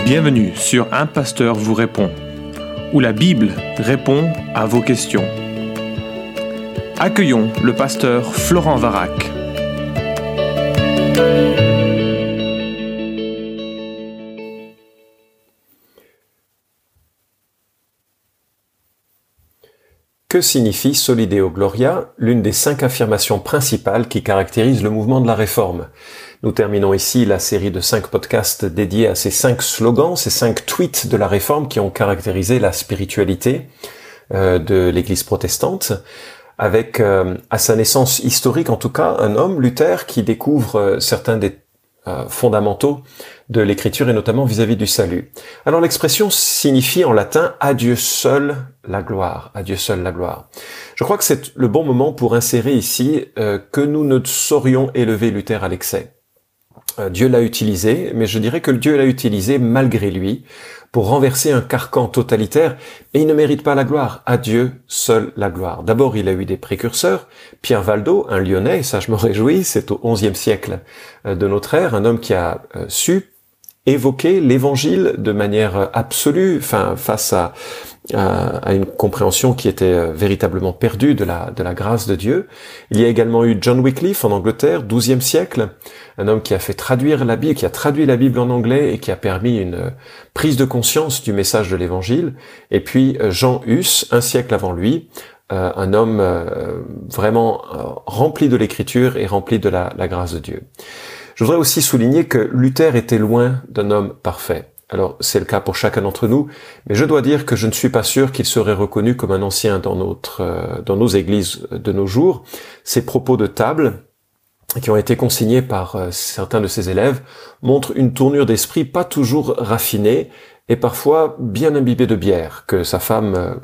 Bienvenue sur Un Pasteur vous répond, où la Bible répond à vos questions. Accueillons le pasteur Florent Varac. Que signifie Soli Deo Gloria, l'une des 5 affirmations principales qui caractérisent le mouvement de la Réforme? Nous terminons ici la série de 5 podcasts dédiés à ces 5 slogans, ces 5 tweets de la Réforme qui ont caractérisé la spiritualité de l'Église protestante, avec, à sa naissance historique en tout cas, un homme, Luther, qui découvre certains des fondamentaux de l'écriture et notamment vis-à-vis du salut. Alors l'expression signifie en latin « à Dieu seul la gloire ». À Dieu seul la gloire. Je crois que c'est le bon moment pour insérer ici que nous ne saurions élever Luther à l'excès. Dieu l'a utilisé, mais je dirais que Dieu l'a utilisé malgré lui pour renverser un carcan totalitaire, et il ne mérite pas la gloire. À Dieu seul la gloire. D'abord, il a eu des précurseurs. Pierre Valdo, un Lyonnais, ça je me réjouis, c'est au XIe siècle de notre ère, un homme qui a su évoquer l'évangile de manière absolue, face à une compréhension qui était véritablement perdue de la grâce de Dieu. Il y a également eu John Wycliffe en Angleterre, XIIe siècle, un homme qui a fait traduire la Bible, qui a traduit la Bible en anglais et qui a permis une prise de conscience du message de l'évangile. Et puis Jean Hus, un siècle avant lui, un homme vraiment rempli de l'écriture et rempli de la grâce de Dieu. Je voudrais aussi souligner que Luther était loin d'un homme parfait. Alors, c'est le cas pour chacun d'entre nous, mais je dois dire que je ne suis pas sûr qu'il serait reconnu comme un ancien dans nos églises de nos jours. Ses propos de table, qui ont été consignés par certains de ses élèves, montrent une tournure d'esprit pas toujours raffinée et parfois bien imbibée de bière que sa femme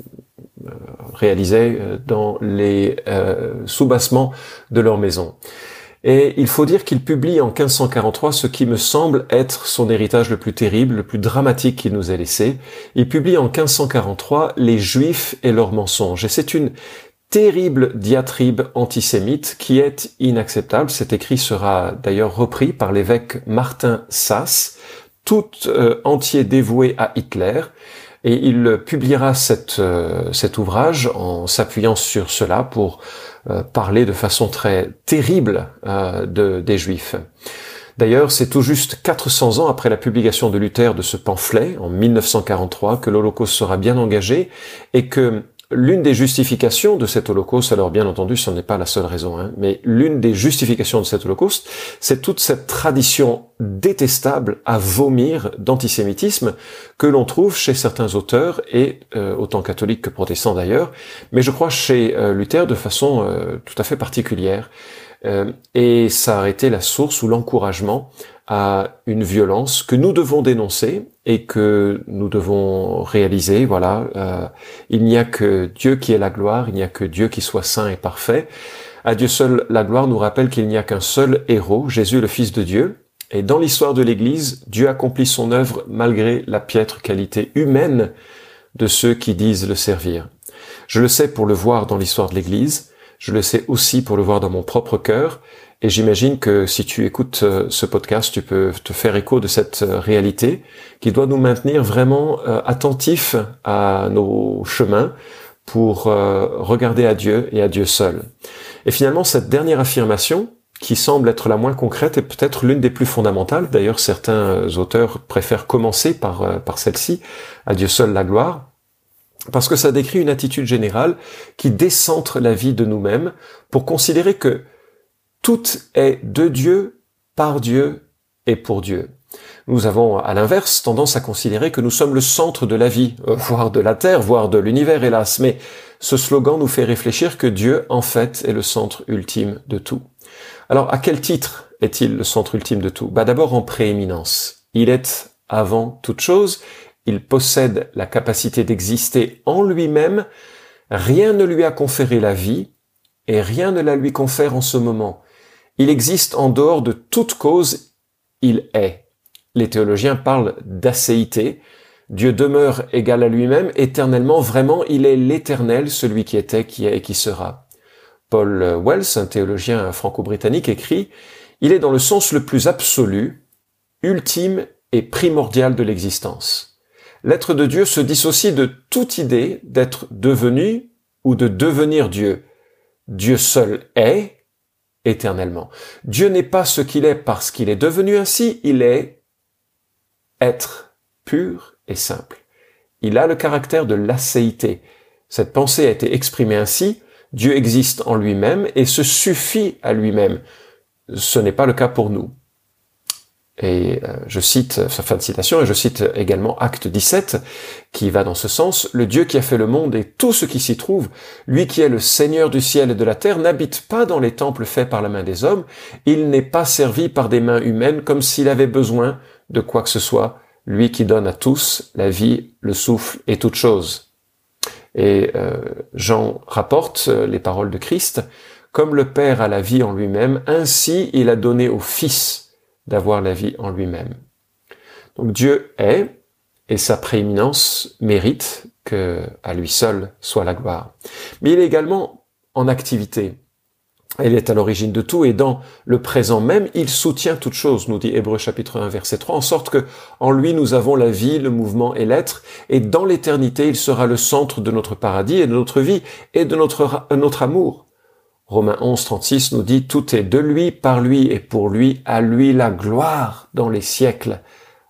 réalisait dans les soubassements de leur maison. Et il faut dire qu'il publie en 1543 ce qui me semble être son héritage le plus terrible, le plus dramatique qu'il nous ait laissé. Il publie en 1543 Les Juifs et leurs mensonges. Et c'est une terrible diatribe antisémite qui est inacceptable. Cet écrit sera d'ailleurs repris par l'évêque Martin Sass, tout entier dévoué à Hitler. Et il publiera cet ouvrage en s'appuyant sur cela pour parler de façon très terrible des Juifs. D'ailleurs, c'est tout juste 400 ans après la publication de Luther de ce pamphlet, en 1943, que l'Holocauste sera bien engagé et que l'une des justifications de cet Holocauste, alors bien entendu, ce n'est pas la seule raison, mais l'une des justifications de cet Holocauste, c'est toute cette tradition détestable à vomir d'antisémitisme que l'on trouve chez certains auteurs, et autant catholiques que protestants d'ailleurs, mais je crois chez Luther de façon tout à fait particulière. Et ça a été la source ou l'encouragement à une violence que nous devons dénoncer et que nous devons réaliser. Voilà, il n'y a que Dieu qui est la gloire, il n'y a que Dieu qui soit saint et parfait. À Dieu seul la gloire nous rappelle qu'il n'y a qu'un seul héros, Jésus le Fils de Dieu. Et dans l'histoire de l'Église, Dieu accomplit son œuvre malgré la piètre qualité humaine de ceux qui disent le servir. Je le sais pour le voir dans l'histoire de l'Église. Je le sais aussi pour le voir dans mon propre cœur, et j'imagine que si tu écoutes ce podcast, tu peux te faire écho de cette réalité qui doit nous maintenir vraiment attentifs à nos chemins pour regarder à Dieu et à Dieu seul. Et finalement, cette dernière affirmation, qui semble être la moins concrète, est peut-être l'une des plus fondamentales. D'ailleurs, certains auteurs préfèrent commencer par celle-ci, à Dieu seul la gloire, parce que ça décrit une attitude générale qui décentre la vie de nous-mêmes pour considérer que tout est de Dieu, par Dieu et pour Dieu. Nous avons, à l'inverse, tendance à considérer que nous sommes le centre de la vie, voire de la terre, voire de l'univers, hélas. Mais ce slogan nous fait réfléchir que Dieu, en fait, est le centre ultime de tout. Alors, à quel titre est-il le centre ultime de tout? D'abord en prééminence. Il est avant toute chose. Il possède la capacité d'exister en lui-même, rien ne lui a conféré la vie, et rien ne la lui confère en ce moment. Il existe en dehors de toute cause, il est. Les théologiens parlent d'acéité. Dieu demeure égal à lui-même, éternellement, vraiment, il est l'éternel, celui qui était, qui est et qui sera. Paul Wells, un théologien franco-britannique, écrit « Il est dans le sens le plus absolu, ultime et primordial de l'existence. L'être de Dieu se dissocie de toute idée d'être devenu ou de devenir Dieu. Dieu seul est éternellement. Dieu n'est pas ce qu'il est parce qu'il est devenu ainsi, il est être pur et simple. Il a le caractère de l'acéité. Cette pensée a été exprimée ainsi, Dieu existe en lui-même et se suffit à lui-même. Ce n'est pas le cas pour nous. Et je cite, fin de citation, et je cite également Acte 17, qui va dans ce sens. Le Dieu qui a fait le monde et tout ce qui s'y trouve, lui qui est le Seigneur du ciel et de la terre, n'habite pas dans les temples faits par la main des hommes. Il n'est pas servi par des mains humaines comme s'il avait besoin de quoi que ce soit, lui qui donne à tous la vie, le souffle et toutes choses. Et Jean rapporte les paroles de Christ. Comme le Père a la vie en lui-même, ainsi il a donné au Fils d'avoir la vie en lui-même. Donc Dieu est, et sa prééminence mérite que à lui seul soit la gloire. Mais il est également en activité. Il est à l'origine de tout et dans le présent même, il soutient toute chose, nous dit Hébreux chapitre 1 verset 3, en sorte que en lui nous avons la vie, le mouvement et l'être, et dans l'éternité il sera le centre de notre paradis et de notre vie et de notre amour. Romains 11, 36 nous dit « Tout est de lui, par lui et pour lui, à lui la gloire dans les siècles. Amen. »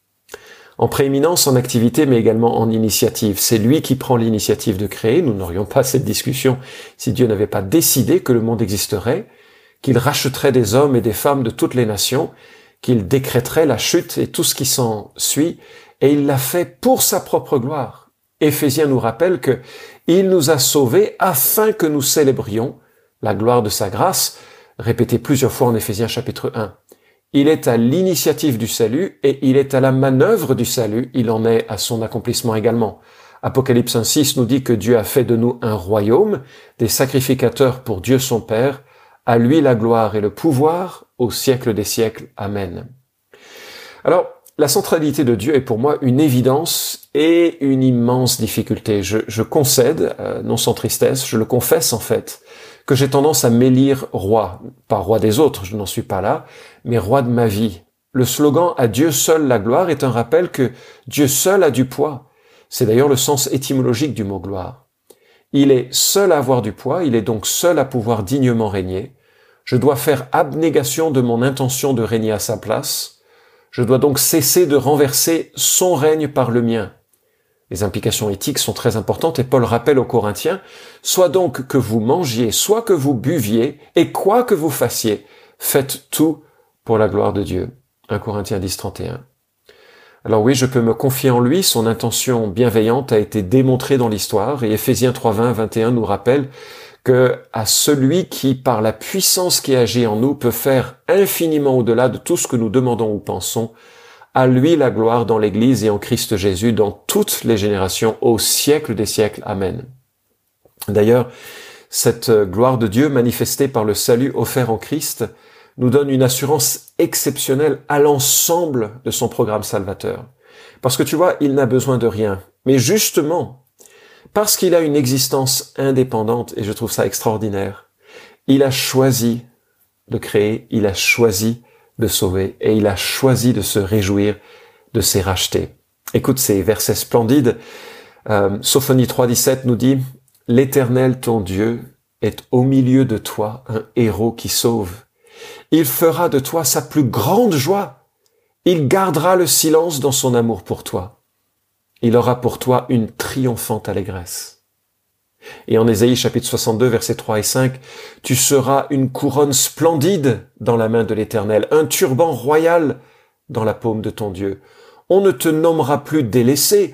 En prééminence, en activité, mais également en initiative. C'est lui qui prend l'initiative de créer. Nous n'aurions pas cette discussion si Dieu n'avait pas décidé que le monde existerait, qu'il rachèterait des hommes et des femmes de toutes les nations, qu'il décréterait la chute et tout ce qui s'en suit, et il l'a fait pour sa propre gloire. Éphésiens nous rappelle que il nous a sauvés afin que nous célébrions la gloire de sa grâce, répétée plusieurs fois en Éphésiens chapitre 1. Il est à l'initiative du salut et il est à la manœuvre du salut, il en est à son accomplissement également. Apocalypse 1:6 nous dit que Dieu a fait de nous un royaume, des sacrificateurs pour Dieu son Père, à lui la gloire et le pouvoir au siècle des siècles. Amen. Alors, la centralité de Dieu est pour moi une évidence et une immense difficulté. Je concède, non sans tristesse, je le confesse en fait, que j'ai tendance à m'élire roi. Pas roi des autres, je n'en suis pas là, mais roi de ma vie. Le slogan « À Dieu seul la gloire » est un rappel que Dieu seul a du poids. C'est d'ailleurs le sens étymologique du mot gloire. Il est seul à avoir du poids, il est donc seul à pouvoir dignement régner. Je dois faire abnégation de mon intention de régner à sa place. Je dois donc cesser de renverser son règne par le mien. Les implications éthiques sont très importantes et Paul rappelle aux Corinthiens, « Soit donc que vous mangiez, soit que vous buviez, et quoi que vous fassiez, faites tout pour la gloire de Dieu. » 1 Corinthiens 10, 31. Alors oui, je peux me confier en lui, son intention bienveillante a été démontrée dans l'histoire, et Éphésiens 3, 20, 21 nous rappelle que à celui qui, par la puissance qui agit en nous, peut faire infiniment au-delà de tout ce que nous demandons ou pensons, à lui la gloire dans l'Église et en Christ Jésus dans toutes les générations, au siècle des siècles. Amen. D'ailleurs, cette gloire de Dieu manifestée par le salut offert en Christ nous donne une assurance exceptionnelle à l'ensemble de son programme salvateur. Parce que tu vois, il n'a besoin de rien. Mais justement, parce qu'il a une existence indépendante, et je trouve ça extraordinaire, il a choisi de créer, il a choisi de sauver, et il a choisi de se réjouir de ses rachetés. Écoute ces versets splendides. Sophonie 3.17 nous dit « L'Éternel, ton Dieu, est au milieu de toi un héros qui sauve. Il fera de toi sa plus grande joie. Il gardera le silence dans son amour pour toi. Il aura pour toi une triomphante allégresse. » Et en Ésaïe chapitre 62, versets 3 et 5, « Tu seras une couronne splendide dans la main de l'Éternel, un turban royal dans la paume de ton Dieu. On ne te nommera plus délaissé,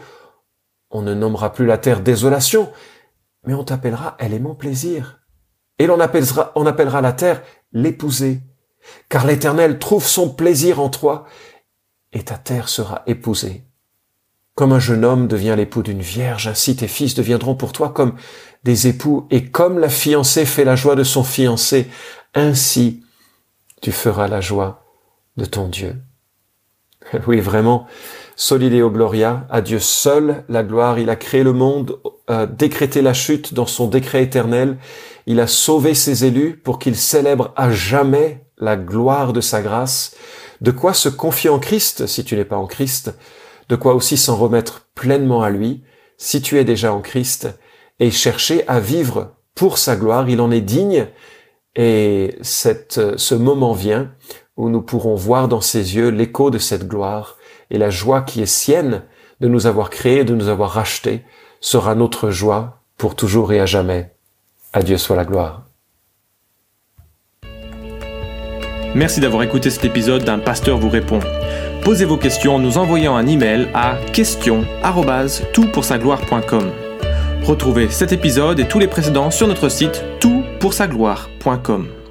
on ne nommera plus la terre désolation, mais on t'appellera elle est mon plaisir. Et on appellera la terre l'épousée, car l'Éternel trouve son plaisir en toi, et ta terre sera épousée. Comme un jeune homme devient l'époux d'une vierge, ainsi tes fils deviendront pour toi comme des époux, et comme la fiancée fait la joie de son fiancé, ainsi tu feras la joie de ton Dieu. » Oui, vraiment, Soli Deo Gloria, à Dieu seul la gloire. Il a créé le monde, décrété la chute dans son décret éternel. Il a sauvé ses élus pour qu'ils célèbrent à jamais la gloire de sa grâce. De quoi se confier en Christ si tu n'es pas en Christ, de quoi aussi s'en remettre pleinement à lui si tu es déjà en Christ, et chercher à vivre pour sa gloire. Il en est digne, et ce moment vient où nous pourrons voir dans ses yeux l'écho de cette gloire, et la joie qui est sienne de nous avoir créés, de nous avoir rachetés, sera notre joie pour toujours et à jamais. À Dieu soit la gloire. Merci d'avoir écouté cet épisode d'Un pasteur vous répond. Posez vos questions en nous envoyant un email à questions@toutpoursagloire.com. Retrouvez cet épisode et tous les précédents sur notre site toutpoursagloire.com.